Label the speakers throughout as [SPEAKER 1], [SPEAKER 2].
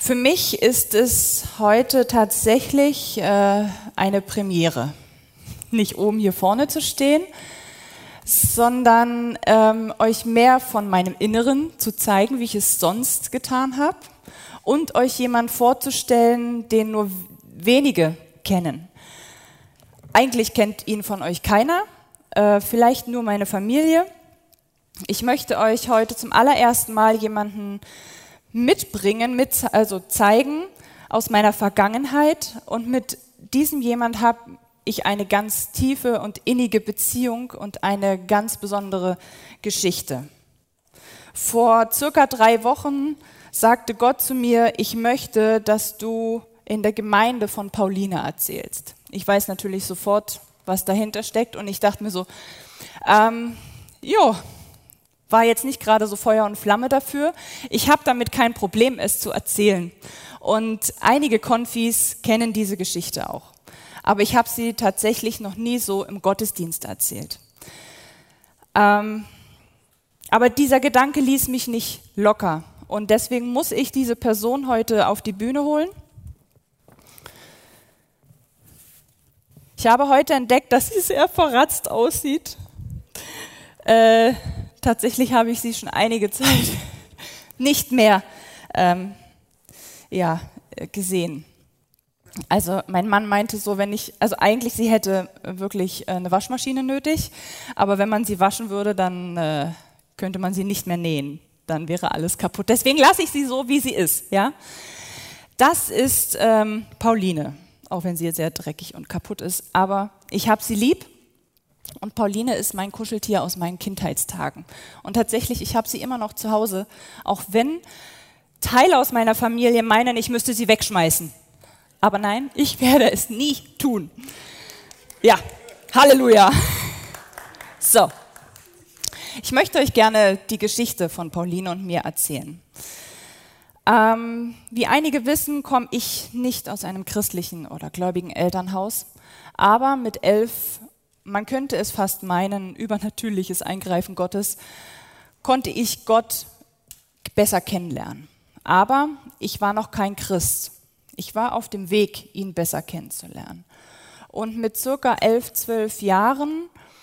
[SPEAKER 1] Für mich ist es heute tatsächlich eine Premiere, nicht oben hier vorne zu stehen, sondern euch mehr von meinem Inneren zu zeigen, wie ich es sonst getan habe, und euch jemanden vorzustellen, den nur wenige kennen. Eigentlich kennt ihn von euch keiner, vielleicht nur meine Familie. Ich möchte euch heute zum allerersten Mal jemanden mitbringen, also zeigen aus meiner Vergangenheit, und mit diesem jemand habe ich eine ganz tiefe und innige Beziehung und eine ganz besondere Geschichte. Vor circa 3 Wochen sagte Gott zu mir, ich möchte, dass du in der Gemeinde von Pauline erzählst. Ich weiß natürlich sofort, was dahinter steckt, und ich dachte mir so, war jetzt nicht gerade so Feuer und Flamme dafür. Ich habe damit kein Problem, es zu erzählen. Und einige Konfis kennen diese Geschichte auch. Aber ich habe sie tatsächlich noch nie so im Gottesdienst erzählt. Aber dieser Gedanke ließ mich nicht locker. Und deswegen muss ich diese Person heute auf die Bühne holen. Ich habe heute entdeckt, dass sie sehr verratzt aussieht. Tatsächlich habe ich sie schon einige Zeit nicht mehr gesehen. Also mein Mann meinte so, eigentlich sie hätte wirklich eine Waschmaschine nötig, aber wenn man sie waschen würde, dann könnte man sie nicht mehr nähen. Dann wäre alles kaputt. Deswegen lasse ich sie so, wie sie ist. Ja? Das ist Pauline, auch wenn sie jetzt sehr dreckig und kaputt ist. Aber ich habe sie lieb. Und Pauline ist mein Kuscheltier aus meinen Kindheitstagen. Und tatsächlich, ich habe sie immer noch zu Hause, auch wenn Teile aus meiner Familie meinen, ich müsste sie wegschmeißen. Aber nein, ich werde es nie tun. Ja, Halleluja. So, ich möchte euch gerne die Geschichte von Pauline und mir erzählen. Wie einige wissen, komme ich nicht aus einem christlichen oder gläubigen Elternhaus, aber mit 11, man könnte es fast meinen, übernatürliches Eingreifen Gottes, konnte ich Gott besser kennenlernen. Aber ich war noch kein Christ. Ich war auf dem Weg, ihn besser kennenzulernen. Und mit circa 11, 12 Jahren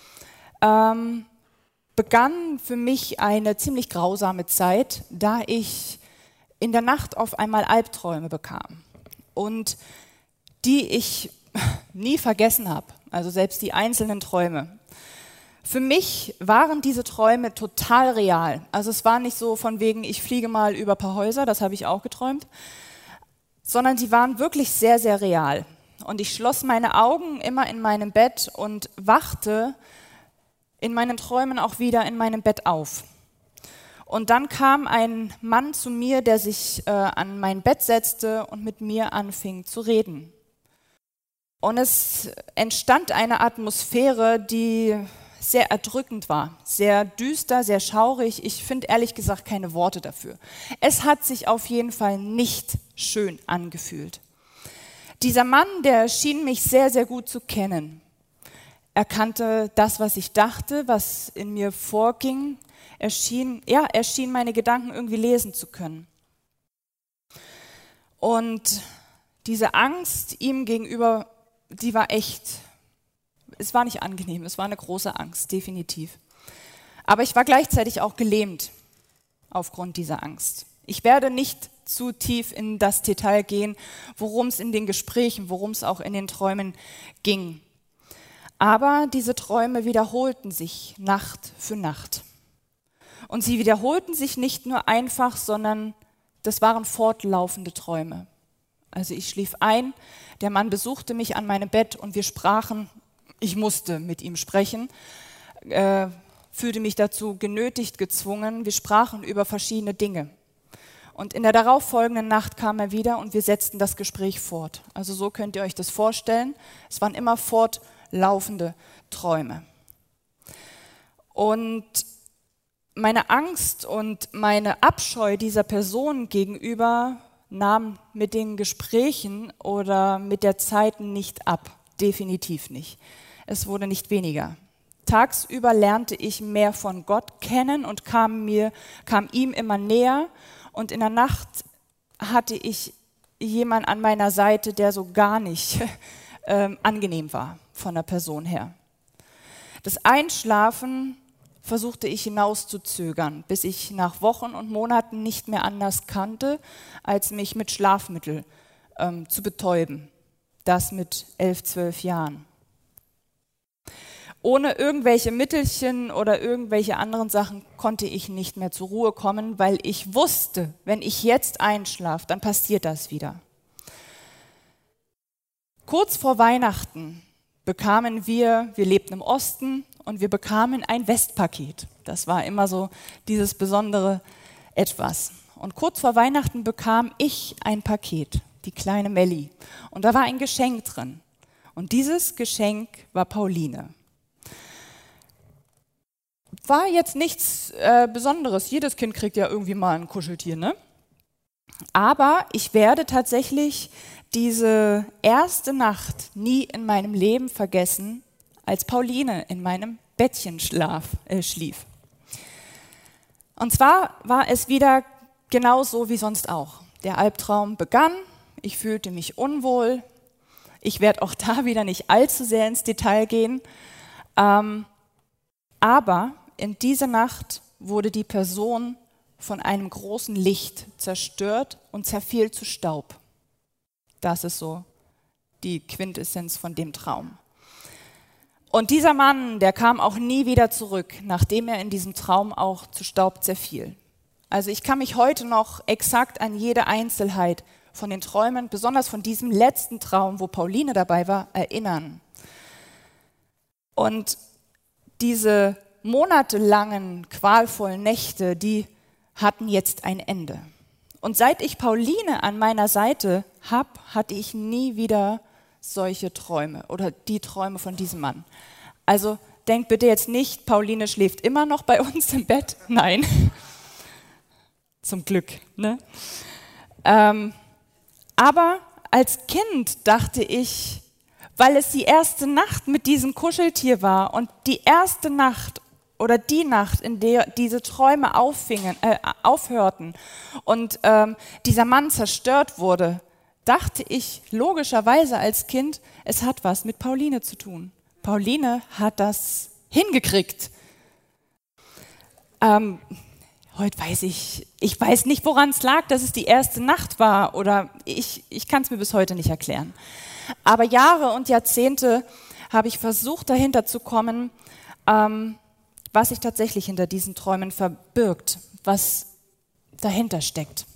[SPEAKER 1] begann für mich eine ziemlich grausame Zeit, da ich in der Nacht auf einmal Albträume bekam. Und die ich nie vergessen habe, also selbst die einzelnen Träume. Für mich waren diese Träume total real. Also es war nicht so von wegen, ich fliege mal über ein paar Häuser, das habe ich auch geträumt, sondern sie waren wirklich sehr, sehr real. Und ich schloss meine Augen immer in meinem Bett und wachte in meinen Träumen auch wieder in meinem Bett auf. Und dann kam ein Mann zu mir, der sich an mein Bett setzte und mit mir anfing zu reden. Und es entstand eine Atmosphäre, die sehr erdrückend war, sehr düster, sehr schaurig. Ich finde ehrlich gesagt keine Worte dafür. Es hat sich auf jeden Fall nicht schön angefühlt. Dieser Mann, der schien mich sehr, sehr gut zu kennen. Er kannte das, was ich dachte, was in mir vorging. Er schien meine Gedanken irgendwie lesen zu können. Und diese Angst ihm gegenüber, die war echt, es war nicht angenehm, es war eine große Angst, definitiv. Aber ich war gleichzeitig auch gelähmt aufgrund dieser Angst. Ich werde nicht zu tief in das Detail gehen, worum es in den Gesprächen, worum es auch in den Träumen ging. Aber diese Träume wiederholten sich Nacht für Nacht. Und sie wiederholten sich nicht nur einfach, sondern das waren fortlaufende Träume. Also ich schlief ein, der Mann besuchte mich an meinem Bett und wir sprachen. Ich musste mit ihm sprechen, fühlte mich dazu genötigt, gezwungen. Wir sprachen über verschiedene Dinge. Und in der darauffolgenden Nacht kam er wieder und wir setzten das Gespräch fort. Also so könnt ihr euch das vorstellen. Es waren immer fortlaufende Träume. Und meine Angst und meine Abscheu dieser Person gegenüber nahm mit den Gesprächen oder mit der Zeit nicht ab. Definitiv nicht. Es wurde nicht weniger. Tagsüber lernte ich mehr von Gott kennen und kam ihm immer näher. Und in der Nacht hatte ich jemanden an meiner Seite, der so gar nicht angenehm war von der Person her. Das Einschlafen versuchte ich hinauszuzögern, bis ich nach Wochen und Monaten nicht mehr anders kannte, als mich mit Schlafmittel zu betäuben. Das mit 11, 12 Jahren. Ohne irgendwelche Mittelchen oder irgendwelche anderen Sachen konnte ich nicht mehr zur Ruhe kommen, weil ich wusste, wenn ich jetzt einschlafe, dann passiert das wieder. Kurz vor Weihnachten bekamen wir lebten im Osten und wir bekamen ein Westpaket. Das war immer so dieses besondere Etwas. Und kurz vor Weihnachten bekam ich ein Paket, die kleine Melli. Und da war ein Geschenk drin. Und dieses Geschenk war Pauline. War jetzt nichts Besonderes. Jedes Kind kriegt ja irgendwie mal ein Kuscheltier, ne? Aber ich werde tatsächlich diese erste Nacht nie in meinem Leben vergessen, als Pauline in meinem Bettchen schlief. Und zwar war es wieder genauso wie sonst auch. Der Albtraum begann, ich fühlte mich unwohl. Ich werde auch da wieder nicht allzu sehr ins Detail gehen. Aber in dieser Nacht wurde die Person von einem großen Licht zerstört und zerfiel zu Staub. Das ist so die Quintessenz von dem Traum. Und dieser Mann, der kam auch nie wieder zurück, nachdem er in diesem Traum auch zu Staub zerfiel. Also ich kann mich heute noch exakt an jede Einzelheit von den Träumen, besonders von diesem letzten Traum, wo Pauline dabei war, erinnern. Und diese monatelangen, qualvollen Nächte, die hatten jetzt ein Ende. Und seit ich Pauline an meiner Seite habe, hatte ich nie wieder solche Träume oder die Träume von diesem Mann. Also denkt bitte jetzt nicht, Pauline schläft immer noch bei uns im Bett. Nein, zum Glück. Ne? Aber als Kind dachte ich, weil es die erste Nacht mit diesem Kuscheltier war und die erste Nacht oder die Nacht, in der diese Träume aufhörten und dieser Mann zerstört wurde, dachte ich logischerweise als Kind, es hat was mit Pauline zu tun. Pauline hat das hingekriegt. Heute weiß ich weiß nicht, woran es lag, dass es die erste Nacht war oder ich kann es mir bis heute nicht erklären. Aber Jahre und Jahrzehnte habe ich versucht, dahinter zu kommen, was sich tatsächlich hinter diesen Träumen verbirgt, was dahinter steckt.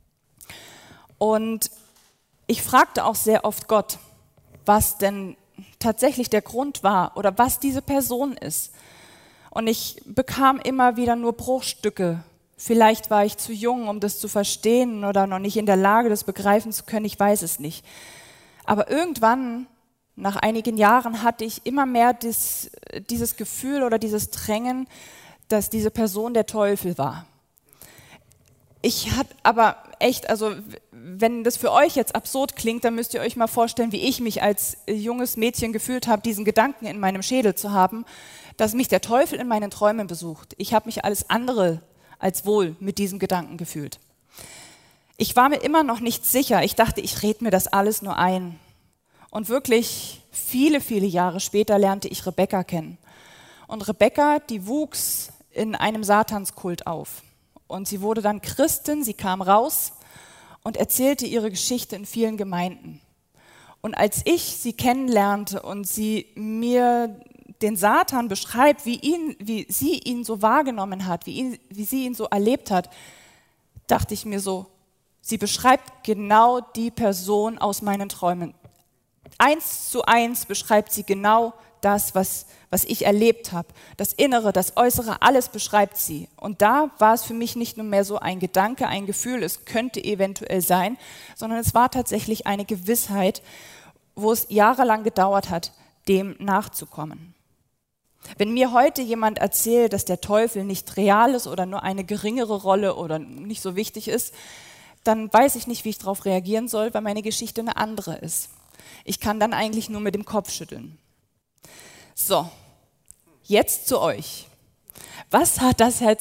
[SPEAKER 1] Und ich fragte auch sehr oft Gott, was denn tatsächlich der Grund war oder was diese Person ist. Und ich bekam immer wieder nur Bruchstücke. Vielleicht war ich zu jung, um das zu verstehen oder noch nicht in der Lage, das begreifen zu können, ich weiß es nicht. Aber irgendwann, nach einigen Jahren, hatte ich immer mehr dieses Gefühl oder dieses Drängen, dass diese Person der Teufel war. Ich hatte aber echt, also wenn das für euch jetzt absurd klingt, dann müsst ihr euch mal vorstellen, wie ich mich als junges Mädchen gefühlt habe, diesen Gedanken in meinem Schädel zu haben, dass mich der Teufel in meinen Träumen besucht. Ich habe mich alles andere als wohl mit diesem Gedanken gefühlt. Ich war mir immer noch nicht sicher. Ich dachte, ich rede mir das alles nur ein. Und wirklich viele, viele Jahre später lernte ich Rebecca kennen. Und Rebecca, die wuchs in einem Satanskult auf. Und sie wurde dann Christin, sie kam raus und erzählte ihre Geschichte in vielen Gemeinden. Und als ich sie kennenlernte und sie mir den Satan beschreibt, wie sie ihn so wahrgenommen hat, wie sie ihn so erlebt hat, dachte ich mir so, sie beschreibt genau die Person aus meinen Träumen. 1:1 beschreibt sie genau das, was ich erlebt habe. Das Innere, das Äußere, alles beschreibt sie. Und da war es für mich nicht nur mehr so ein Gedanke, ein Gefühl, es könnte eventuell sein, sondern es war tatsächlich eine Gewissheit, wo es jahrelang gedauert hat, dem nachzukommen. Wenn mir heute jemand erzählt, dass der Teufel nicht real ist oder nur eine geringere Rolle oder nicht so wichtig ist, dann weiß ich nicht, wie ich darauf reagieren soll, weil meine Geschichte eine andere ist. Ich kann dann eigentlich nur mit dem Kopf schütteln. So, jetzt zu euch. Was hat das jetzt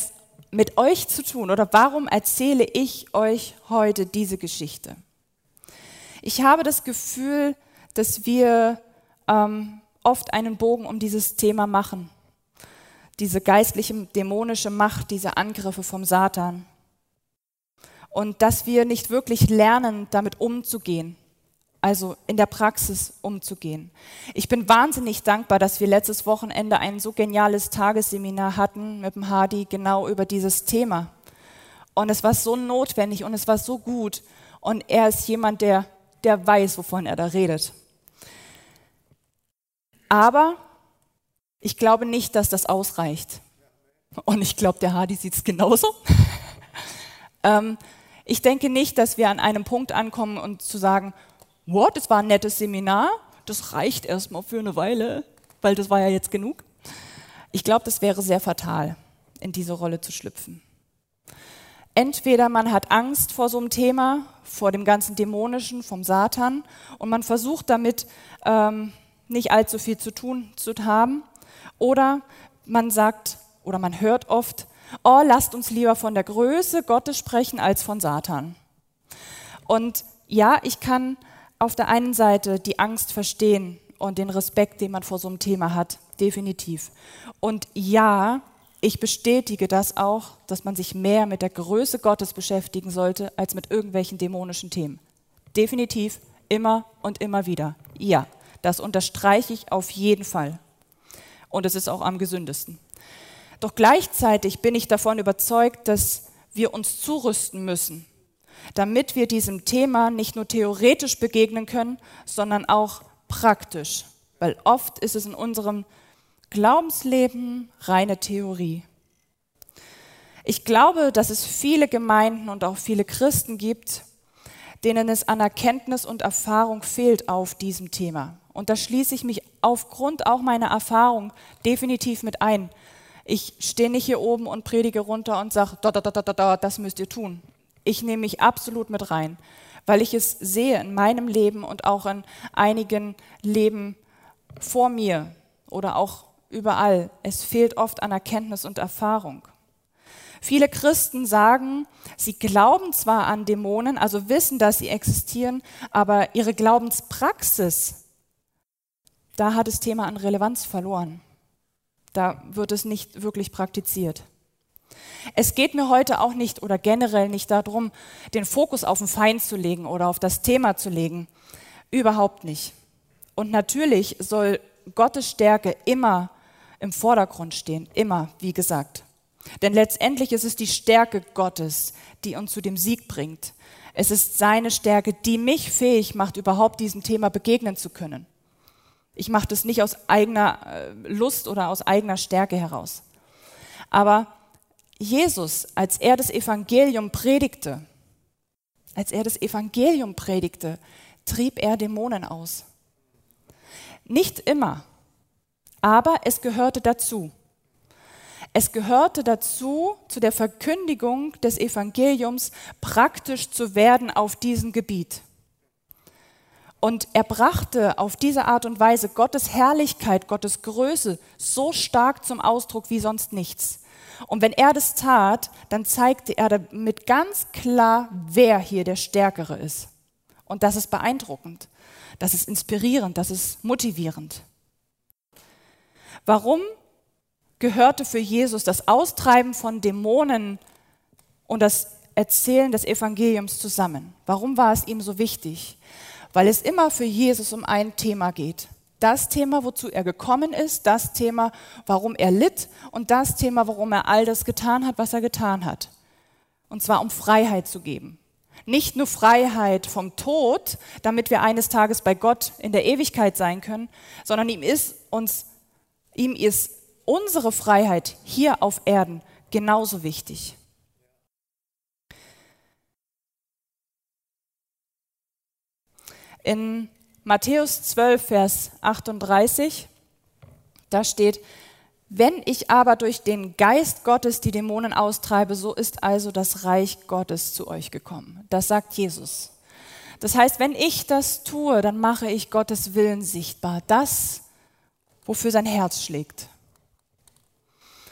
[SPEAKER 1] mit euch zu tun oder warum erzähle ich euch heute diese Geschichte? Ich habe das Gefühl, dass wir oft einen Bogen um dieses Thema machen. Diese geistliche, dämonische Macht, diese Angriffe vom Satan. Und dass wir nicht wirklich lernen, damit umzugehen. Also in der Praxis umzugehen. Ich bin wahnsinnig dankbar, dass wir letztes Wochenende ein so geniales Tagesseminar hatten mit dem Hadi genau über dieses Thema. Und es war so notwendig und es war so gut. Und er ist jemand, der weiß, wovon er da redet. Aber ich glaube nicht, dass das ausreicht. Und ich glaube, der Hadi sieht es genauso. Ich denke nicht, dass wir an einem Punkt ankommen und zu sagen, what, das war ein nettes Seminar, das reicht erstmal für eine Weile, weil das war ja jetzt genug. Ich glaube, das wäre sehr fatal, in diese Rolle zu schlüpfen. Entweder man hat Angst vor so einem Thema, vor dem ganzen Dämonischen, vom Satan, und man versucht damit nicht allzu viel zu tun zu haben, oder man sagt, oder man hört oft, oh, lasst uns lieber von der Größe Gottes sprechen als von Satan. Und ja, ich kann auf der einen Seite die Angst verstehen und den Respekt, den man vor so einem Thema hat, definitiv. Und ja, ich bestätige das auch, dass man sich mehr mit der Größe Gottes beschäftigen sollte, als mit irgendwelchen dämonischen Themen. Definitiv, immer und immer wieder. Ja, das unterstreiche ich auf jeden Fall. Und es ist auch am gesündesten. Doch gleichzeitig bin ich davon überzeugt, dass wir uns zurüsten müssen, damit wir diesem Thema nicht nur theoretisch begegnen können, sondern auch praktisch. Weil oft ist es in unserem Glaubensleben reine Theorie. Ich glaube, dass es viele Gemeinden und auch viele Christen gibt, denen es an Erkenntnis und Erfahrung fehlt auf diesem Thema. Und da schließe ich mich aufgrund auch meiner Erfahrung definitiv mit ein. Ich stehe nicht hier oben und predige runter und sage, das müsst ihr tun. Ich nehme mich absolut mit rein, weil ich es sehe in meinem Leben und auch in einigen Leben vor mir oder auch überall. Es fehlt oft an Erkenntnis und Erfahrung. Viele Christen sagen, sie glauben zwar an Dämonen, also wissen, dass sie existieren, aber ihre Glaubenspraxis, da hat das Thema an Relevanz verloren. Da wird es nicht wirklich praktiziert. Es geht mir heute auch nicht oder generell nicht darum, den Fokus auf den Feind zu legen oder auf das Thema zu legen. Überhaupt nicht. Und natürlich soll Gottes Stärke immer im Vordergrund stehen, immer, wie gesagt. Denn letztendlich ist es die Stärke Gottes, die uns zu dem Sieg bringt. Es ist seine Stärke, die mich fähig macht, überhaupt diesem Thema begegnen zu können. Ich mache das nicht aus eigener Lust oder aus eigener Stärke heraus. Aber Jesus, als er das Evangelium predigte, trieb er Dämonen aus. Nicht immer, aber es gehörte dazu. Es gehörte dazu, zu der Verkündigung des Evangeliums praktisch zu werden auf diesem Gebiet. Und er brachte auf diese Art und Weise Gottes Herrlichkeit, Gottes Größe so stark zum Ausdruck wie sonst nichts. Und wenn er das tat, dann zeigte er damit ganz klar, wer hier der Stärkere ist. Und das ist beeindruckend, das ist inspirierend, das ist motivierend. Warum gehörte für Jesus das Austreiben von Dämonen und das Erzählen des Evangeliums zusammen? Warum war es ihm so wichtig? Weil es immer für Jesus um ein Thema geht. Das Thema, wozu er gekommen ist, das Thema, warum er litt und das Thema, warum er all das getan hat, was er getan hat. Und zwar um Freiheit zu geben. Nicht nur Freiheit vom Tod, damit wir eines Tages bei Gott in der Ewigkeit sein können, sondern ihm ist unsere Freiheit hier auf Erden genauso wichtig. In Matthäus 12, Vers 38, da steht, wenn ich aber durch den Geist Gottes die Dämonen austreibe, so ist also das Reich Gottes zu euch gekommen. Das sagt Jesus. Das heißt, wenn ich das tue, dann mache ich Gottes Willen sichtbar. Das, wofür sein Herz schlägt.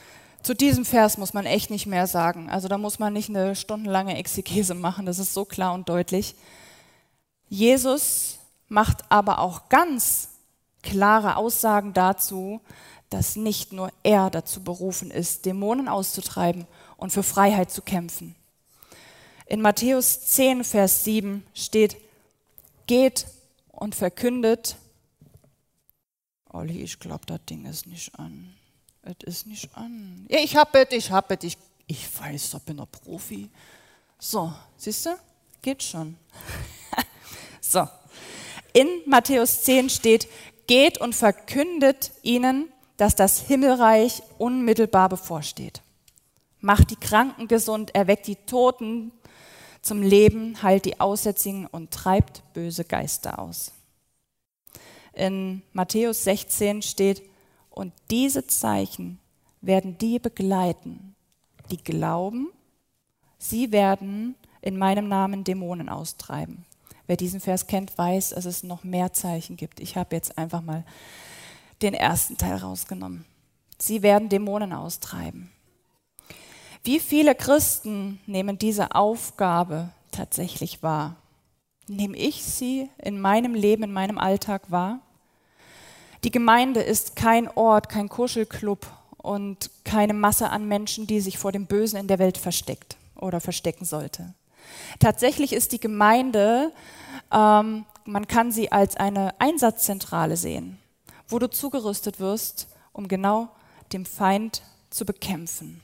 [SPEAKER 1] Zu diesem Vers muss man echt nicht mehr sagen. Also da muss man nicht eine stundenlange Exegese machen, das ist so klar und deutlich. Jesus macht aber auch ganz klare Aussagen dazu, dass nicht nur er dazu berufen ist, Dämonen auszutreiben und für Freiheit zu kämpfen. In Matthäus 10, Vers 7 steht: Geht und verkündet. Olli, ich glaube, das Ding ist nicht an. Es ist nicht an. Ja, ich hab es. Ich weiß, ich bin ein Profi. So, siehst du? Geht schon. So. In Matthäus 10 steht: Geht und verkündet ihnen, dass das Himmelreich unmittelbar bevorsteht. Macht die Kranken gesund, erweckt die Toten zum Leben, heilt die Aussätzigen und treibt böse Geister aus. In Matthäus 16 steht: Und diese Zeichen werden die begleiten, die glauben, sie werden in meinem Namen Dämonen austreiben. Wer diesen Vers kennt, weiß, dass es noch mehr Zeichen gibt. Ich habe jetzt einfach mal den ersten Teil rausgenommen. Sie werden Dämonen austreiben. Wie viele Christen nehmen diese Aufgabe tatsächlich wahr? Nehme ich sie in meinem Leben, in meinem Alltag wahr? Die Gemeinde ist kein Ort, kein Kuschelclub und keine Masse an Menschen, die sich vor dem Bösen in der Welt versteckt oder verstecken sollte. Tatsächlich ist die Gemeinde, man kann sie als eine Einsatzzentrale sehen, wo du zugerüstet wirst, um genau den Feind zu bekämpfen.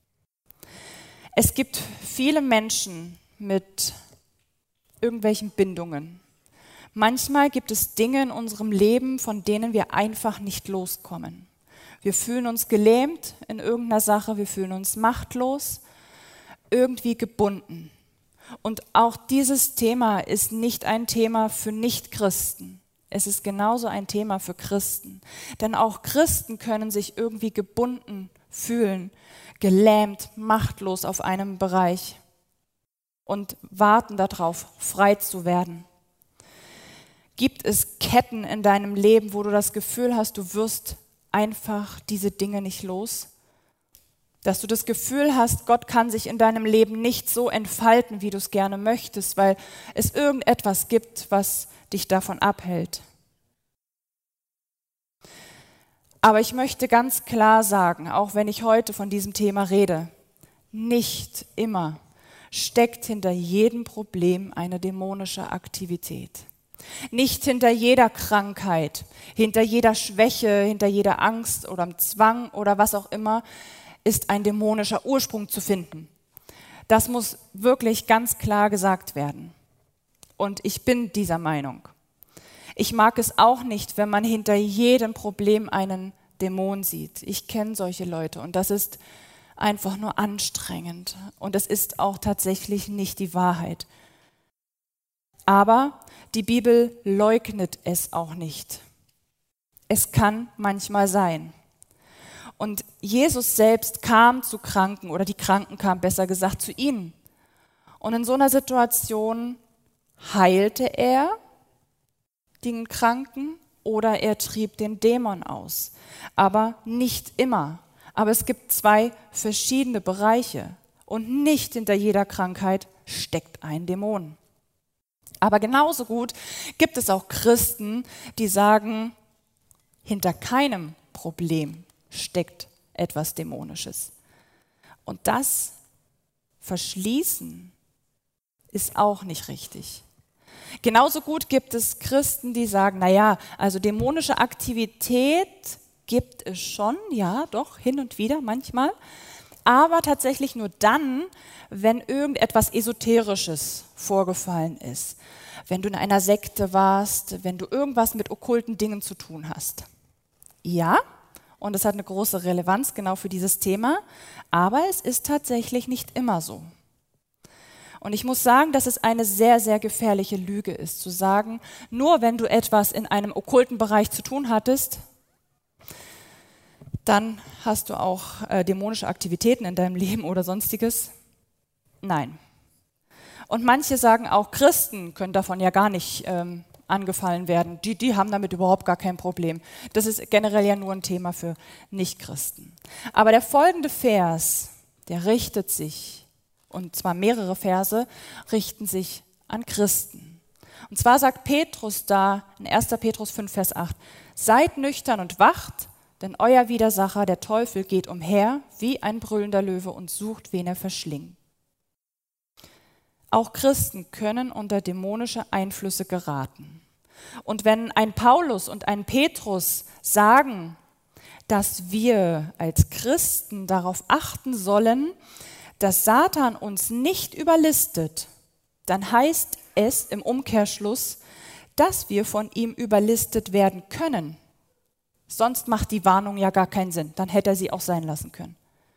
[SPEAKER 1] Es gibt viele Menschen mit irgendwelchen Bindungen. Manchmal gibt es Dinge in unserem Leben, von denen wir einfach nicht loskommen. Wir fühlen uns gelähmt in irgendeiner Sache, wir fühlen uns machtlos, irgendwie gebunden. Und auch dieses Thema ist nicht ein Thema für Nichtchristen. Es ist genauso ein Thema für Christen. Denn auch Christen können sich irgendwie gebunden fühlen, gelähmt, machtlos auf einem Bereich und warten darauf, frei zu werden. Gibt es Ketten in deinem Leben, wo du das Gefühl hast, du wirst einfach diese Dinge nicht los? Dass du das Gefühl hast, Gott kann sich in deinem Leben nicht so entfalten, wie du es gerne möchtest, weil es irgendetwas gibt, was dich davon abhält. Aber ich möchte ganz klar sagen, auch wenn ich heute von diesem Thema rede, nicht immer steckt hinter jedem Problem eine dämonische Aktivität. Nicht hinter jeder Krankheit, hinter jeder Schwäche, hinter jeder Angst oder Zwang oder was auch immer ist ein dämonischer Ursprung zu finden. Das muss wirklich ganz klar gesagt werden. Und ich bin dieser Meinung. Ich mag es auch nicht, wenn man hinter jedem Problem einen Dämon sieht. Ich kenne solche Leute und das ist einfach nur anstrengend. Und es ist auch tatsächlich nicht die Wahrheit. Aber die Bibel leugnet es auch nicht. Es kann manchmal sein. Und Jesus selbst kam zu Kranken, oder die Kranken kamen besser gesagt zu ihnen. Und in so einer Situation heilte er den Kranken oder er trieb den Dämon aus. Aber nicht immer. Aber es gibt zwei verschiedene Bereiche. Und nicht hinter jeder Krankheit steckt ein Dämon. Aber genauso gut gibt es auch Christen, die sagen, hinter keinem Problem steckt etwas Dämonisches. Und das Verschließen ist auch nicht richtig. Genauso gut gibt es Christen, die sagen, naja, also dämonische Aktivität gibt es schon, ja, doch, hin und wieder manchmal, aber tatsächlich nur dann, wenn irgendetwas Esoterisches vorgefallen ist, wenn du in einer Sekte warst, wenn du irgendwas mit okkulten Dingen zu tun hast. Ja, und es hat eine große Relevanz genau für dieses Thema, aber es ist tatsächlich nicht immer so. Und ich muss sagen, dass es eine sehr, sehr gefährliche Lüge ist, zu sagen, nur wenn du etwas in einem okkulten Bereich zu tun hattest, dann hast du auch dämonische Aktivitäten in deinem Leben oder sonstiges. Nein. Und manche sagen auch, Christen können davon ja gar nicht angefallen werden. Die haben damit überhaupt gar kein Problem. Das ist generell ja nur ein Thema für Nichtchristen. Aber der folgende Vers, der richtet sich, und zwar mehrere Verse, richten sich an Christen. Und zwar sagt Petrus da in 1. Petrus 5, Vers 8, seid nüchtern und wacht, denn euer Widersacher, der Teufel, geht umher wie ein brüllender Löwe und sucht, wen er verschlingt. Auch Christen können unter dämonische Einflüsse geraten. Und wenn ein Paulus und ein Petrus sagen, dass wir als Christen darauf achten sollen, dass Satan uns nicht überlistet, dann heißt es im Umkehrschluss, dass wir von ihm überlistet werden können. Sonst macht die Warnung ja gar keinen Sinn. Dann hätte er sie auch sein lassen können.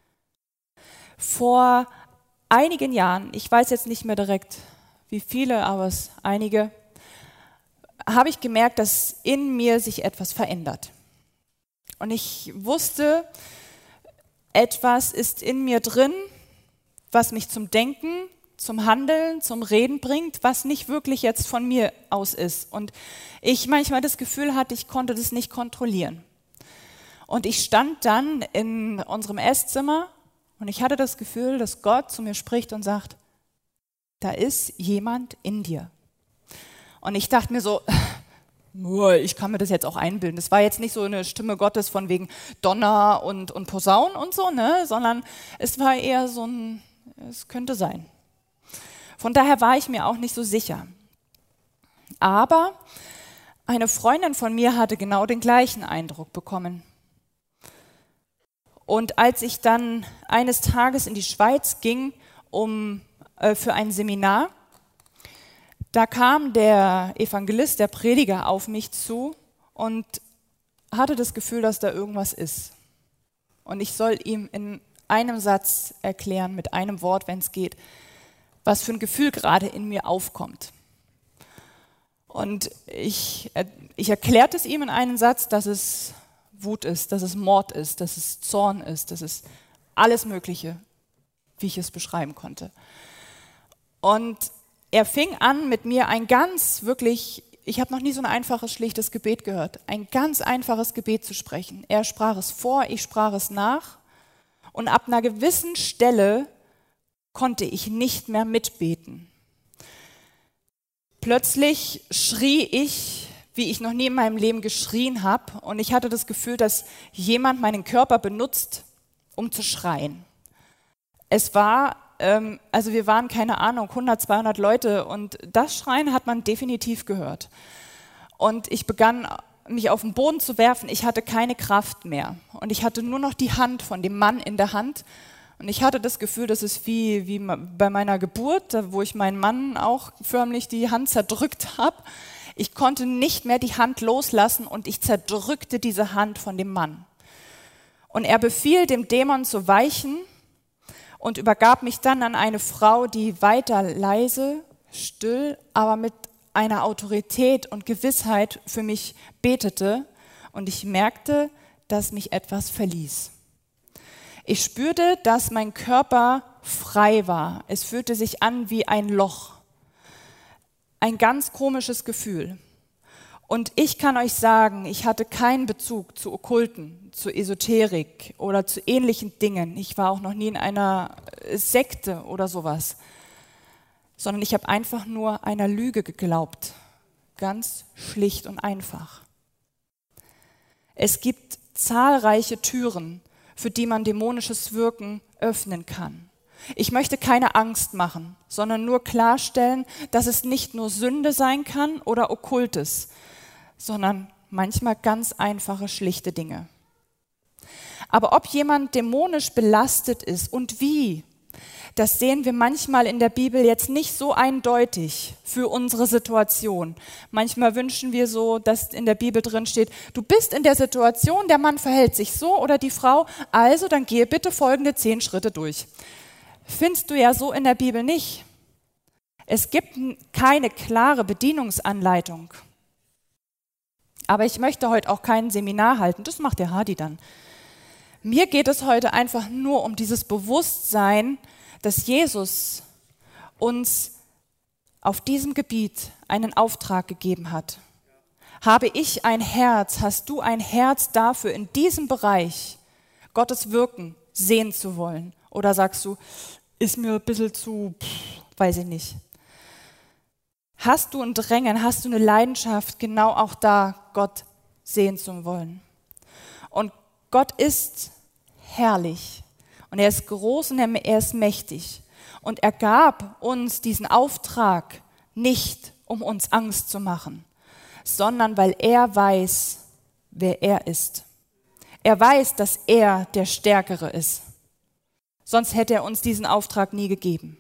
[SPEAKER 1] Vor einigen Jahren, ich weiß jetzt nicht mehr direkt wie viele, aber es einige, habe ich gemerkt, dass in mir sich etwas verändert. Und ich wusste, etwas ist in mir drin, was mich zum Denken, zum Handeln, zum Reden bringt, was nicht wirklich jetzt von mir aus ist. Und ich manchmal das Gefühl hatte, ich konnte das nicht kontrollieren. Und ich stand dann in unserem Esszimmer und ich hatte das Gefühl, dass Gott zu mir spricht und sagt, da ist jemand in dir. Und ich dachte mir so, ich kann mir das jetzt auch einbilden. Das war jetzt nicht so eine Stimme Gottes von wegen Donner und Posaunen und so, ne? Sondern es war eher so ein, es könnte sein. Von daher war ich mir auch nicht so sicher. Aber eine Freundin von mir hatte genau den gleichen Eindruck bekommen. Und als ich dann eines Tages in die Schweiz ging, für ein Seminar, da kam der Evangelist, der Prediger auf mich zu und hatte das Gefühl, dass da irgendwas ist. Und ich soll ihm in einem Satz erklären, mit einem Wort, wenn es geht, was für ein Gefühl gerade in mir aufkommt. Und ich erklärte es ihm in einem Satz, dass es Wut ist, dass es Mord ist, dass es Zorn ist, dass es alles Mögliche, wie ich es beschreiben konnte. Und er fing an, mit mir ich habe noch nie so ein einfaches, schlichtes Gebet gehört, ein ganz einfaches Gebet zu sprechen. Er sprach es vor, ich sprach es nach und ab einer gewissen Stelle konnte ich nicht mehr mitbeten. Plötzlich schrie ich, wie ich noch nie in meinem Leben geschrien habe, und ich hatte das Gefühl, dass jemand meinen Körper benutzt, um zu schreien. Es war, wir waren, keine Ahnung, 100, 200 Leute und das Schreien hat man definitiv gehört. Und ich begann, mich auf den Boden zu werfen. Ich hatte keine Kraft mehr und ich hatte nur noch die Hand von dem Mann in der Hand. Und ich hatte das Gefühl, das ist wie bei meiner Geburt, wo ich meinen Mann auch förmlich die Hand zerdrückt habe. Ich konnte nicht mehr die Hand loslassen und ich zerdrückte diese Hand von dem Mann. Und er befiel dem Dämon zu weichen und übergab mich dann an eine Frau, die weiter leise, still, aber mit einer Autorität und Gewissheit für mich betete. Und ich merkte, dass mich etwas verließ. Ich spürte, dass mein Körper frei war. Es fühlte sich an wie ein Loch. Ein ganz komisches Gefühl. Und ich kann euch sagen, ich hatte keinen Bezug zu Okkulten, zu Esoterik oder zu ähnlichen Dingen. Ich war auch noch nie in einer Sekte oder sowas. Sondern ich habe einfach nur einer Lüge geglaubt. Ganz schlicht und einfach. Es gibt zahlreiche Türen, für die man dämonisches Wirken öffnen kann. Ich möchte keine Angst machen, sondern nur klarstellen, dass es nicht nur Sünde sein kann oder Okkultes, sondern manchmal ganz einfache, schlichte Dinge. Aber ob jemand dämonisch belastet ist und wie, das sehen wir manchmal in der Bibel jetzt nicht so eindeutig für unsere Situation. Manchmal wünschen wir so, dass in der Bibel drin steht, du bist in der Situation, der Mann verhält sich so oder die Frau, also dann gehe bitte folgende 10 Schritte durch. Findest du ja so in der Bibel nicht. Es gibt keine klare Bedienungsanleitung. Aber ich möchte heute auch kein Seminar halten, das macht der Hadi dann. Mir geht es heute einfach nur um dieses Bewusstsein, dass Jesus uns auf diesem Gebiet einen Auftrag gegeben hat? Habe ich ein Herz, hast du ein Herz dafür, in diesem Bereich Gottes Wirken sehen zu wollen? Oder sagst du, ist mir ein bisschen zu, weiß ich nicht. Hast du ein Drängen, hast du eine Leidenschaft, genau auch da Gott sehen zu wollen? Und Gott ist herrlich und er ist groß und er ist mächtig. Und er gab uns diesen Auftrag nicht, um uns Angst zu machen, sondern weil er weiß, wer er ist. Er weiß, dass er der Stärkere ist. Sonst hätte er uns diesen Auftrag nie gegeben.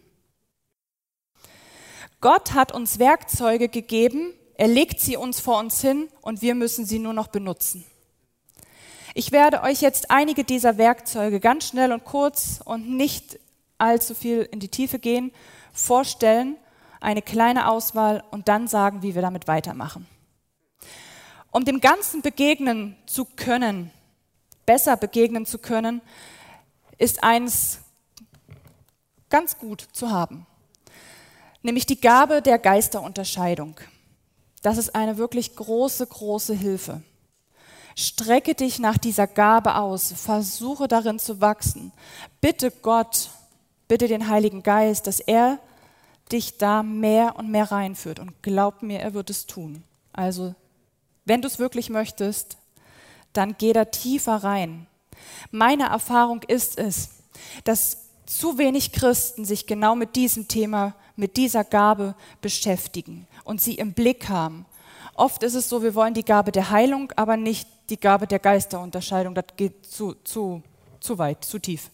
[SPEAKER 1] Gott hat uns Werkzeuge gegeben, er legt sie uns vor uns hin und wir müssen sie nur noch benutzen. Ich werde euch jetzt einige dieser Werkzeuge ganz schnell und kurz und nicht allzu viel in die Tiefe gehen, vorstellen, eine kleine Auswahl und dann sagen, wie wir damit weitermachen. Um dem Ganzen begegnen zu können, besser begegnen zu können, ist eins ganz gut zu haben, nämlich die Gabe der Geisterunterscheidung. Das ist eine wirklich große, große Hilfe. Strecke dich nach dieser Gabe aus, versuche darin zu wachsen. Bitte Gott, bitte den Heiligen Geist, dass er dich da mehr und mehr reinführt. Und glaub mir, er wird es tun. Also, wenn du es wirklich möchtest, dann geh da tiefer rein. Meine Erfahrung ist es, dass zu wenig Christen sich genau mit diesem Thema, mit dieser Gabe beschäftigen und sie im Blick haben. Oft ist es so, wir wollen die Gabe der Heilung, aber nicht die Gabe der Geisterunterscheidung. Das geht zu weit, zu tief.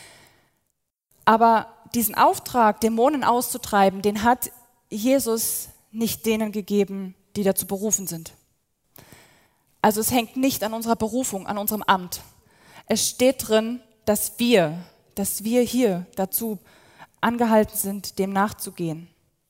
[SPEAKER 1] Aber diesen Auftrag, Dämonen auszutreiben, den hat Jesus nicht denen gegeben, die dazu berufen sind. Also es hängt nicht an unserer Berufung, an unserem Amt. Es steht drin, dass wir hier dazu angehalten sind, dem nachzugehen.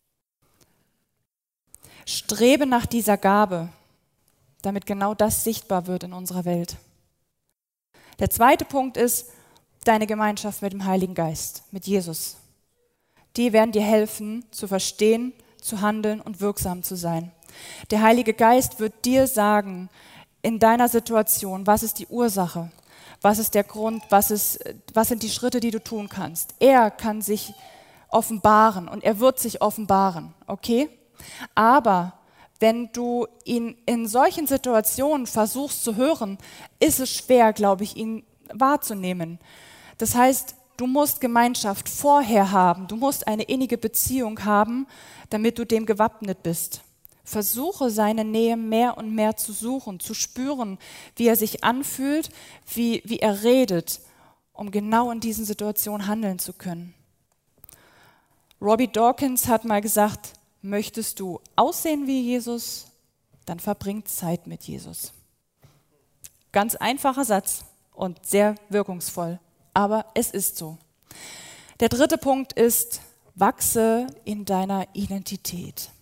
[SPEAKER 1] Strebe nach dieser Gabe, damit genau das sichtbar wird in unserer Welt. Der zweite Punkt ist deine Gemeinschaft mit dem Heiligen Geist, mit Jesus. Die werden dir helfen, zu verstehen, zu handeln und wirksam zu sein. Der Heilige Geist wird dir sagen, in deiner Situation, was ist die Ursache, was ist der Grund, was sind die Schritte, die du tun kannst. Er kann sich offenbaren und er wird sich offenbaren, okay? Aber wenn du ihn in solchen Situationen versuchst zu hören, ist es schwer, glaube ich, ihn wahrzunehmen. Das heißt, du musst Gemeinschaft vorher haben, du musst eine innige Beziehung haben, damit du dem gewappnet bist. Versuche seine Nähe mehr und mehr zu suchen, zu spüren, wie er sich anfühlt, wie er redet, um genau in diesen Situationen handeln zu können. Robbie Dawkins hat mal gesagt, möchtest du aussehen wie Jesus, dann verbring Zeit mit Jesus. Ganz einfacher Satz und sehr wirkungsvoll, aber es ist so. Der dritte Punkt ist, wachse in deiner Identität.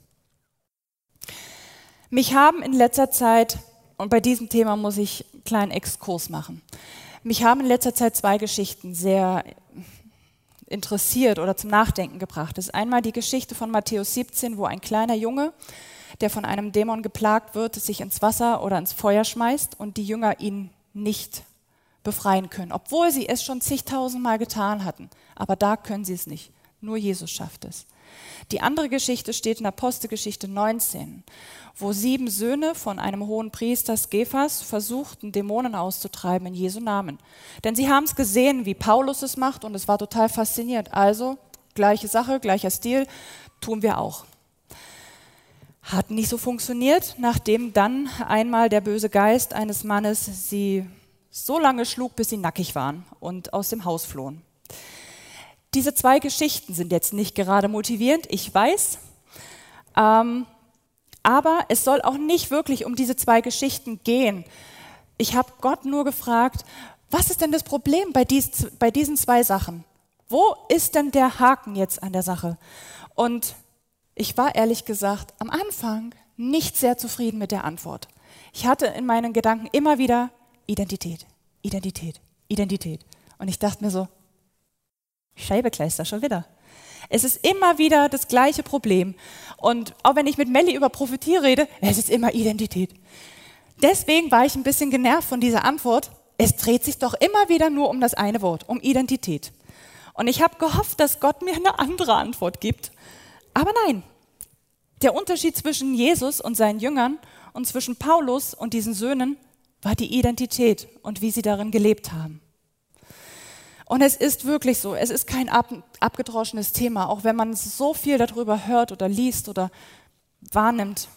[SPEAKER 1] Mich haben in letzter Zeit, und bei diesem Thema muss ich einen kleinen Exkurs machen, mich haben in letzter Zeit zwei Geschichten sehr interessiert oder zum Nachdenken gebracht. Das ist einmal die Geschichte von Matthäus 17, wo ein kleiner Junge, der von einem Dämon geplagt wird, sich ins Wasser oder ins Feuer schmeißt und die Jünger ihn nicht befreien können, obwohl sie es schon zigtausendmal getan hatten. Aber da können sie es nicht. Nur Jesus schafft es. Die andere Geschichte steht in Apostelgeschichte 19, wo 7 Söhne von einem hohen Priester Skephas versuchten, Dämonen auszutreiben in Jesu Namen. Denn sie haben es gesehen, wie Paulus es macht und es war total faszinierend. Also, gleiche Sache, gleicher Stil, tun wir auch. Hat nicht so funktioniert, nachdem dann einmal der böse Geist eines Mannes sie so lange schlug, bis sie nackig waren und aus dem Haus flohen. Diese zwei Geschichten sind jetzt nicht gerade motivierend, ich weiß, aber es soll auch nicht wirklich um diese zwei Geschichten gehen. Ich habe Gott nur gefragt, was ist denn das Problem bei diesen zwei Sachen? Wo ist denn der Haken jetzt an der Sache? Und ich war ehrlich gesagt am Anfang nicht sehr zufrieden mit der Antwort. Ich hatte in meinen Gedanken immer wieder Identität, Identität, Identität. Und ich dachte mir so, Scheibekleister, schon wieder. Es ist immer wieder das gleiche Problem. Und auch wenn ich mit Melli über Prophetie rede, es ist immer Identität. Deswegen war ich ein bisschen genervt von dieser Antwort. Es dreht sich doch immer wieder nur um das eine Wort, um Identität. Und ich habe gehofft, dass Gott mir eine andere Antwort gibt. Aber nein, der Unterschied zwischen Jesus und seinen Jüngern und zwischen Paulus und diesen Söhnen war die Identität und wie sie darin gelebt haben. Und es ist wirklich so, es ist kein abgedroschenes Thema, auch wenn man so viel darüber hört oder liest oder wahrnimmt.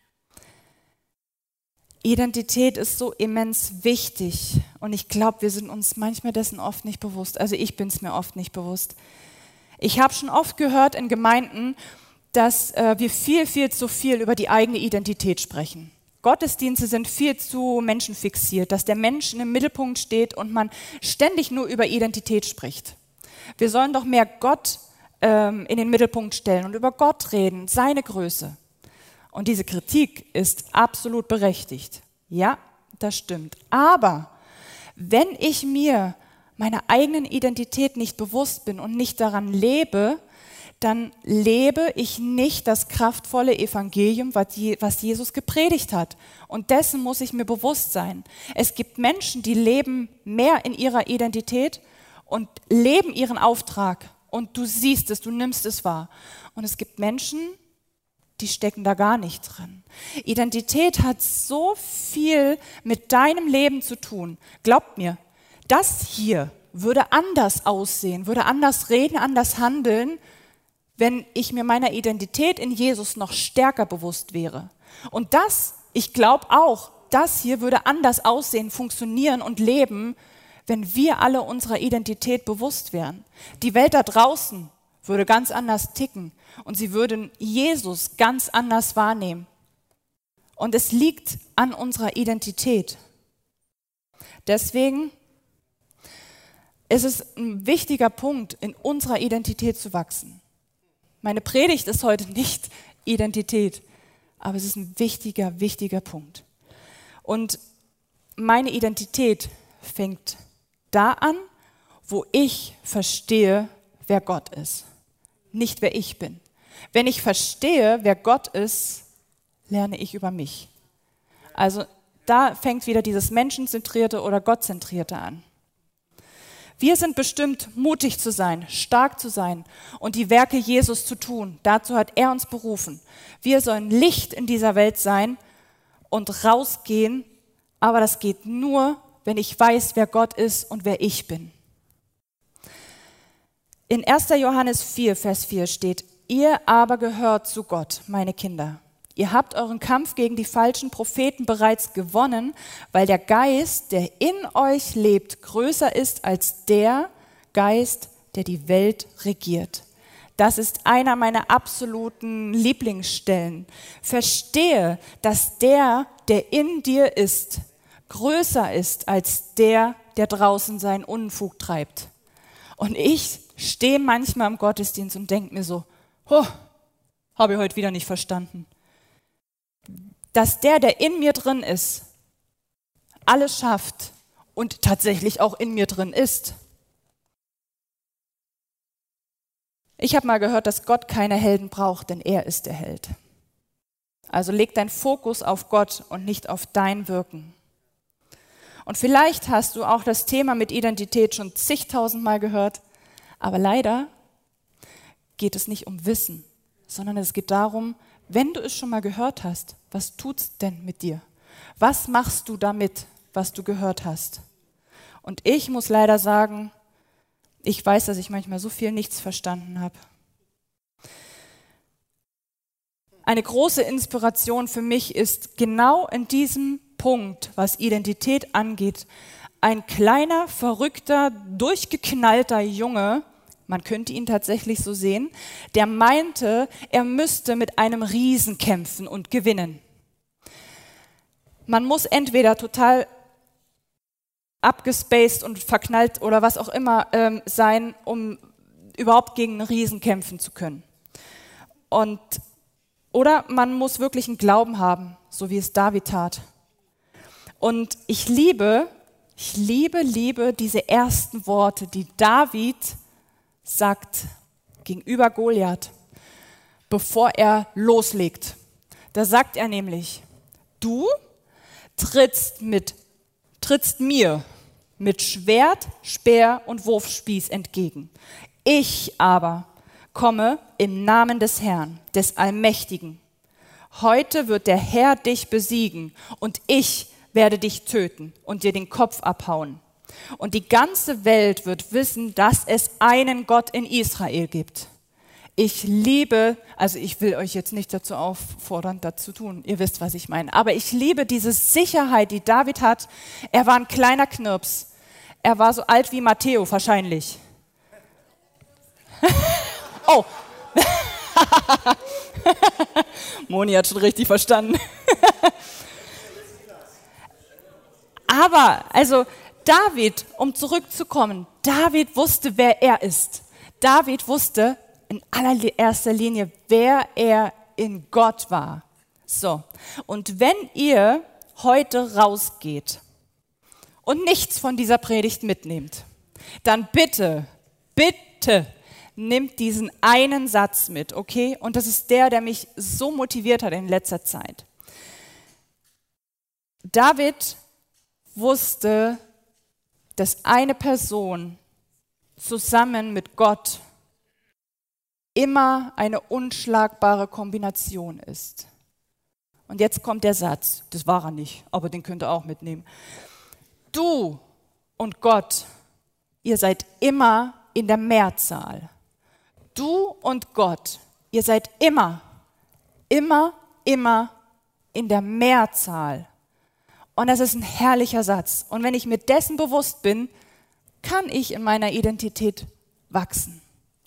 [SPEAKER 1] Identität ist so immens wichtig und ich glaube, wir sind uns manchmal dessen oft nicht bewusst. Also ich bin es mir oft nicht bewusst. Ich habe schon oft gehört in Gemeinden, dass wir viel zu viel über die eigene Identität sprechen. Gottesdienste sind viel zu menschenfixiert, dass der Mensch im Mittelpunkt steht und man ständig nur über Identität spricht. Wir sollen doch mehr Gott in den Mittelpunkt stellen und über Gott reden, seine Größe. Und diese Kritik ist absolut berechtigt. Ja, das stimmt. Aber wenn ich mir meiner eigenen Identität nicht bewusst bin und nicht daran lebe, dann lebe ich nicht das kraftvolle Evangelium, was Jesus gepredigt hat. Und dessen muss ich mir bewusst sein. Es gibt Menschen, die leben mehr in ihrer Identität und leben ihren Auftrag. Und du siehst es, du nimmst es wahr. Und es gibt Menschen, die stecken da gar nicht drin. Identität hat so viel mit deinem Leben zu tun. Glaubt mir, das hier würde anders aussehen, würde anders reden, anders handeln, wenn ich mir meiner Identität in Jesus noch stärker bewusst wäre. Und das, ich glaube auch, das hier würde anders aussehen, funktionieren und leben, wenn wir alle unserer Identität bewusst wären. Die Welt da draußen würde ganz anders ticken und sie würden Jesus ganz anders wahrnehmen. Und es liegt an unserer Identität. Deswegen ist es ein wichtiger Punkt, in unserer Identität zu wachsen. Meine Predigt ist heute nicht Identität, aber es ist ein wichtiger Punkt. Und meine Identität fängt da an, wo ich verstehe, wer Gott ist, nicht wer ich bin. Wenn ich verstehe, wer Gott ist, lerne ich über mich. Also da fängt wieder dieses Menschenzentrierte oder Gottzentrierte an. Wir sind bestimmt, mutig zu sein, stark zu sein und die Werke Jesus zu tun. Dazu hat er uns berufen. Wir sollen Licht in dieser Welt sein und rausgehen, aber das geht nur, wenn ich weiß, wer Gott ist und wer ich bin. In 1. Johannes 4, Vers 4 steht: Ihr aber gehört zu Gott, meine Kinder. Ihr habt euren Kampf gegen die falschen Propheten bereits gewonnen, weil der Geist, der in euch lebt, größer ist als der Geist, der die Welt regiert. Das ist einer meiner absoluten Lieblingsstellen. Verstehe, dass der in dir ist, größer ist als der draußen seinen Unfug treibt. Und ich stehe manchmal im Gottesdienst und denke mir so, habe ich heute wieder nicht verstanden. Dass der in mir drin ist, alles schafft und tatsächlich auch in mir drin ist. Ich habe mal gehört, dass Gott keine Helden braucht, denn er ist der Held. Also leg deinen Fokus auf Gott und nicht auf dein Wirken. Und vielleicht hast du auch das Thema mit Identität schon zigtausendmal gehört, aber leider geht es nicht um Wissen, sondern es geht darum, wenn du es schon mal gehört hast, was tut's denn mit dir? Was machst du damit, was du gehört hast? Und ich muss leider sagen, ich weiß, dass ich manchmal so viel nichts verstanden habe. Eine große Inspiration für mich ist genau in diesem Punkt, was Identität angeht, ein kleiner, verrückter, durchgeknallter Junge, man könnte ihn tatsächlich so sehen, der meinte, er müsste mit einem Riesen kämpfen und gewinnen. Man muss entweder total abgespaced und verknallt oder was auch immer sein, um überhaupt gegen einen Riesen kämpfen zu können. Oder man muss wirklich einen Glauben haben, so wie es David tat. Und ich liebe diese ersten Worte, die David sagt, gegenüber Goliath, bevor er loslegt. Da sagt er nämlich, du trittst mir mit Schwert, Speer und Wurfspieß entgegen. Ich aber komme im Namen des Herrn, des Allmächtigen. Heute wird der Herr dich besiegen und ich werde dich töten und dir den Kopf abhauen. Und die ganze Welt wird wissen, dass es einen Gott in Israel gibt. Ich will euch jetzt nicht dazu auffordern, das zu tun. Ihr wisst, was ich meine. Aber ich liebe diese Sicherheit, die David hat. Er war ein kleiner Knirps. Er war so alt wie Matteo wahrscheinlich. Oh. Moni hat schon richtig verstanden. Aber, also David, um zurückzukommen, David wusste, wer er ist. David wusste in allererster Linie, wer er in Gott war. So, und wenn ihr heute rausgeht und nichts von dieser Predigt mitnehmt, dann bitte nimmt diesen einen Satz mit, okay? Und das ist der mich so motiviert hat in letzter Zeit. David wusste, dass eine Person zusammen mit Gott immer eine unschlagbare Kombination ist. Und jetzt kommt der Satz, das war er nicht, aber den könnt ihr auch mitnehmen. Du und Gott, ihr seid immer in der Mehrzahl. Du und Gott, ihr seid immer in der Mehrzahl. Und das ist ein herrlicher Satz. Und wenn ich mir dessen bewusst bin, kann ich in meiner Identität wachsen.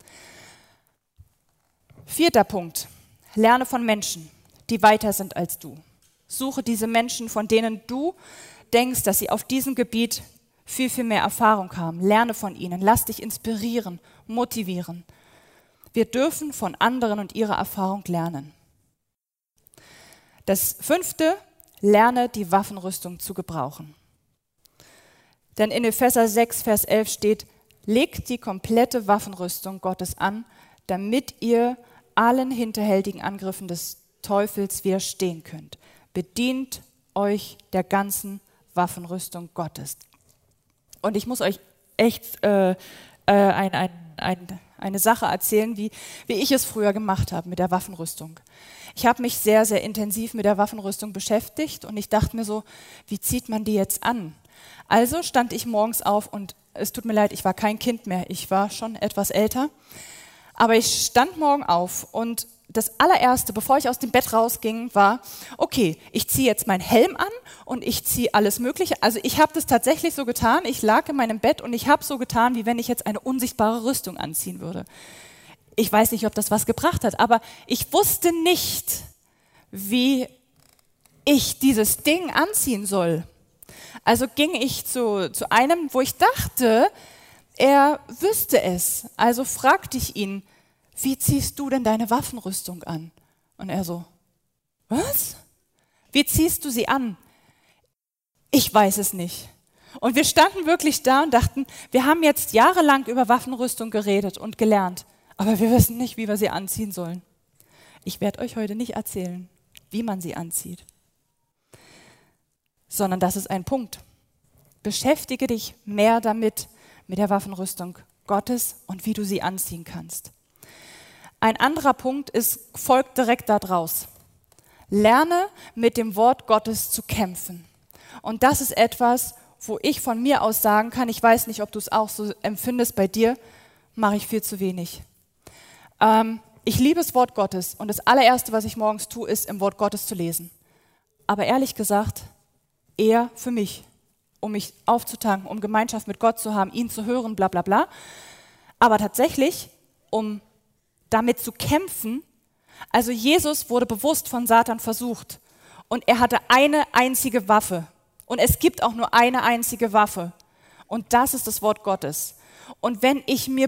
[SPEAKER 1] 4. Punkt. Lerne von Menschen, die weiter sind als du. Suche diese Menschen, von denen du denkst, dass sie auf diesem Gebiet viel, viel mehr Erfahrung haben. Lerne von ihnen. Lass dich inspirieren, motivieren. Wir dürfen von anderen und ihrer Erfahrung lernen. Das 5. Lerne die Waffenrüstung zu gebrauchen. Denn in Epheser 6, Vers 11 steht, legt die komplette Waffenrüstung Gottes an, damit ihr allen hinterhältigen Angriffen des Teufels widerstehen könnt. Bedient euch der ganzen Waffenrüstung Gottes. Und ich muss euch echt eine Sache erzählen, wie ich es früher gemacht habe mit der Waffenrüstung. Ich habe mich sehr, sehr intensiv mit der Waffenrüstung beschäftigt und ich dachte mir so, wie zieht man die jetzt an? Also stand ich morgens auf und es tut mir leid, ich war kein Kind mehr, ich war schon etwas älter. Aber ich stand morgen auf und das allererste, bevor ich aus dem Bett rausging, war, okay, ich ziehe jetzt meinen Helm an und ich ziehe alles Mögliche. Also ich habe das tatsächlich so getan, ich lag in meinem Bett und ich habe so getan, wie wenn ich jetzt eine unsichtbare Rüstung anziehen würde. Ich weiß nicht, ob das was gebracht hat, aber ich wusste nicht, wie ich dieses Ding anziehen soll. Also ging ich zu einem, wo ich dachte, er wüsste es. Also fragte ich ihn, wie ziehst du denn deine Waffenrüstung an? Und er so, was? Wie ziehst du sie an? Ich weiß es nicht. Und wir standen wirklich da und dachten, wir haben jetzt jahrelang über Waffenrüstung geredet und gelernt, aber wir wissen nicht, wie wir sie anziehen sollen. Ich werde euch heute nicht erzählen, wie man sie anzieht, sondern das ist ein Punkt. Beschäftige dich mehr damit, mit der Waffenrüstung Gottes und wie du sie anziehen kannst. Ein anderer Punkt folgt direkt daraus. Lerne mit dem Wort Gottes zu kämpfen. Und das ist etwas, wo ich von mir aus sagen kann, ich weiß nicht, ob du es auch so empfindest bei dir, mache ich viel zu wenig. Ich liebe das Wort Gottes und das allererste, was ich morgens tue, ist, im Wort Gottes zu lesen. Aber ehrlich gesagt, eher für mich, um mich aufzutanken, um Gemeinschaft mit Gott zu haben, ihn zu hören, bla bla bla. Aber tatsächlich, um damit zu kämpfen, also Jesus wurde bewusst von Satan versucht und er hatte eine einzige Waffe und es gibt auch nur eine einzige Waffe und das ist das Wort Gottes. Und wenn ich mir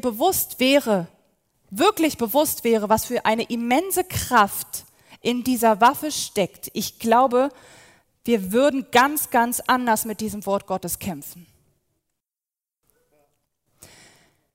[SPEAKER 1] wirklich bewusst wäre, was für eine immense Kraft in dieser Waffe steckt, ich glaube, wir würden ganz, ganz anders mit diesem Wort Gottes kämpfen.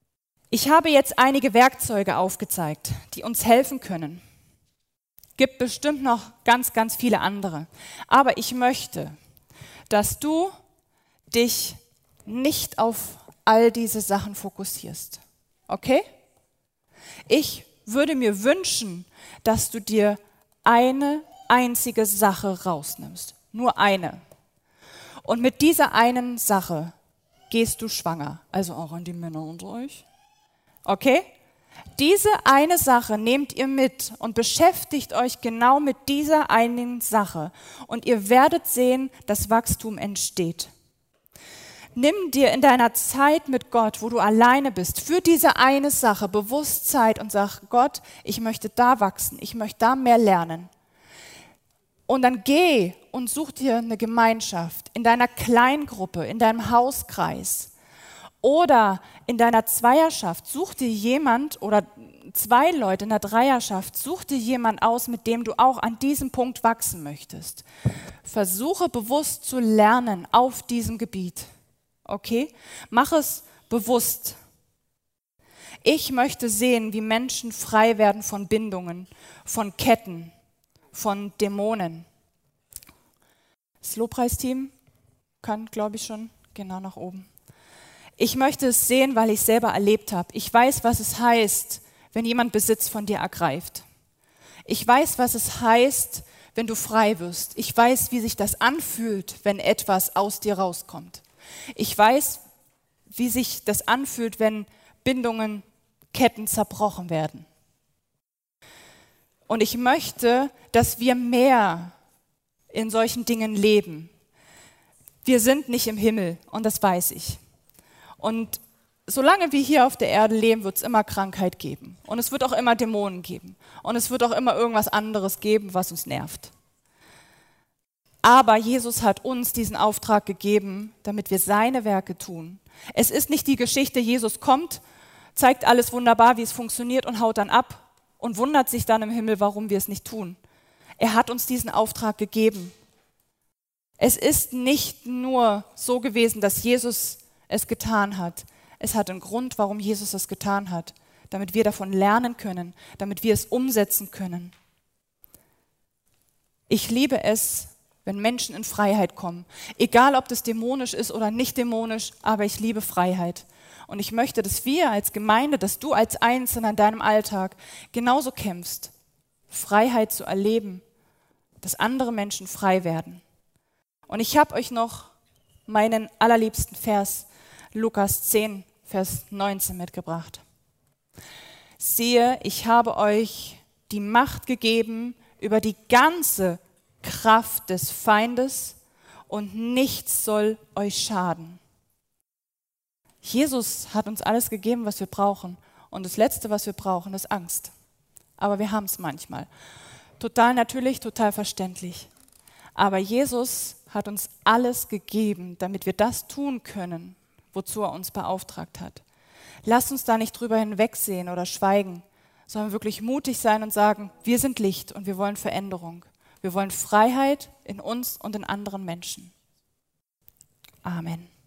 [SPEAKER 1] Ich habe jetzt einige Werkzeuge aufgezeigt, die uns helfen können. Gibt bestimmt noch ganz, ganz viele andere. Aber ich möchte, dass du dich nicht auf all diese Sachen fokussierst. Okay? Ich würde mir wünschen, dass du dir eine einzige Sache rausnimmst. Nur eine. Und mit dieser einen Sache gehst du schwanger. Also auch an die Männer unter euch. Okay? Diese eine Sache nehmt ihr mit und beschäftigt euch genau mit dieser einen Sache. Und ihr werdet sehen, dass Wachstum entsteht. Nimm dir in deiner Zeit mit Gott, wo du alleine bist, für diese eine Sache bewusst Zeit und sag, Gott, ich möchte da wachsen, ich möchte da mehr lernen. Und dann geh und such dir eine Gemeinschaft in deiner Kleingruppe, in deinem Hauskreis oder in deiner Zweierschaft. Such dir jemand oder 2 Leute in der Dreierschaft, such dir jemand aus, mit dem du auch an diesem Punkt wachsen möchtest. Versuche bewusst zu lernen auf diesem Gebiet. Okay? Mach es bewusst. Ich möchte sehen, wie Menschen frei werden von Bindungen, von Ketten, von Dämonen. Das Lobpreisteam kann, glaube ich, schon genau nach oben. Ich möchte es sehen, weil ich es selber erlebt habe. Ich weiß, was es heißt, wenn jemand Besitz von dir ergreift. Ich weiß, was es heißt, wenn du frei wirst. Ich weiß, wie sich das anfühlt, wenn etwas aus dir rauskommt. Ich weiß, wie sich das anfühlt, wenn Bindungen, Ketten zerbrochen werden. Und ich möchte, dass wir mehr in solchen Dingen leben. Wir sind nicht im Himmel und das weiß ich. Und solange wir hier auf der Erde leben, wird es immer Krankheit geben. Und es wird auch immer Dämonen geben. Und es wird auch immer irgendwas anderes geben, was uns nervt. Aber Jesus hat uns diesen Auftrag gegeben, damit wir seine Werke tun. Es ist nicht die Geschichte, Jesus kommt, zeigt alles wunderbar, wie es funktioniert und haut dann ab und wundert sich dann im Himmel, warum wir es nicht tun. Er hat uns diesen Auftrag gegeben. Es ist nicht nur so gewesen, dass Jesus es getan hat. Es hat einen Grund, warum Jesus es getan hat, damit wir davon lernen können, damit wir es umsetzen können. Ich liebe es, wenn Menschen in Freiheit kommen. Egal, ob das dämonisch ist oder nicht dämonisch, aber ich liebe Freiheit. Und ich möchte, dass wir als Gemeinde, dass du als Einzelner in deinem Alltag genauso kämpfst, Freiheit zu erleben, dass andere Menschen frei werden. Und ich habe euch noch meinen allerliebsten Vers, Lukas 10, Vers 19 mitgebracht. Siehe, ich habe euch die Macht gegeben über die ganze Kraft des Feindes und nichts soll euch schaden. Jesus hat uns alles gegeben, was wir brauchen. Und das Letzte, was wir brauchen, ist Angst. Aber wir haben es manchmal. Total natürlich, total verständlich. Aber Jesus hat uns alles gegeben, damit wir das tun können, wozu er uns beauftragt hat. Lasst uns da nicht drüber hinwegsehen oder schweigen, sondern wirklich mutig sein und sagen, wir sind Licht und wir wollen Veränderung. Wir wollen Freiheit in uns und in anderen Menschen. Amen.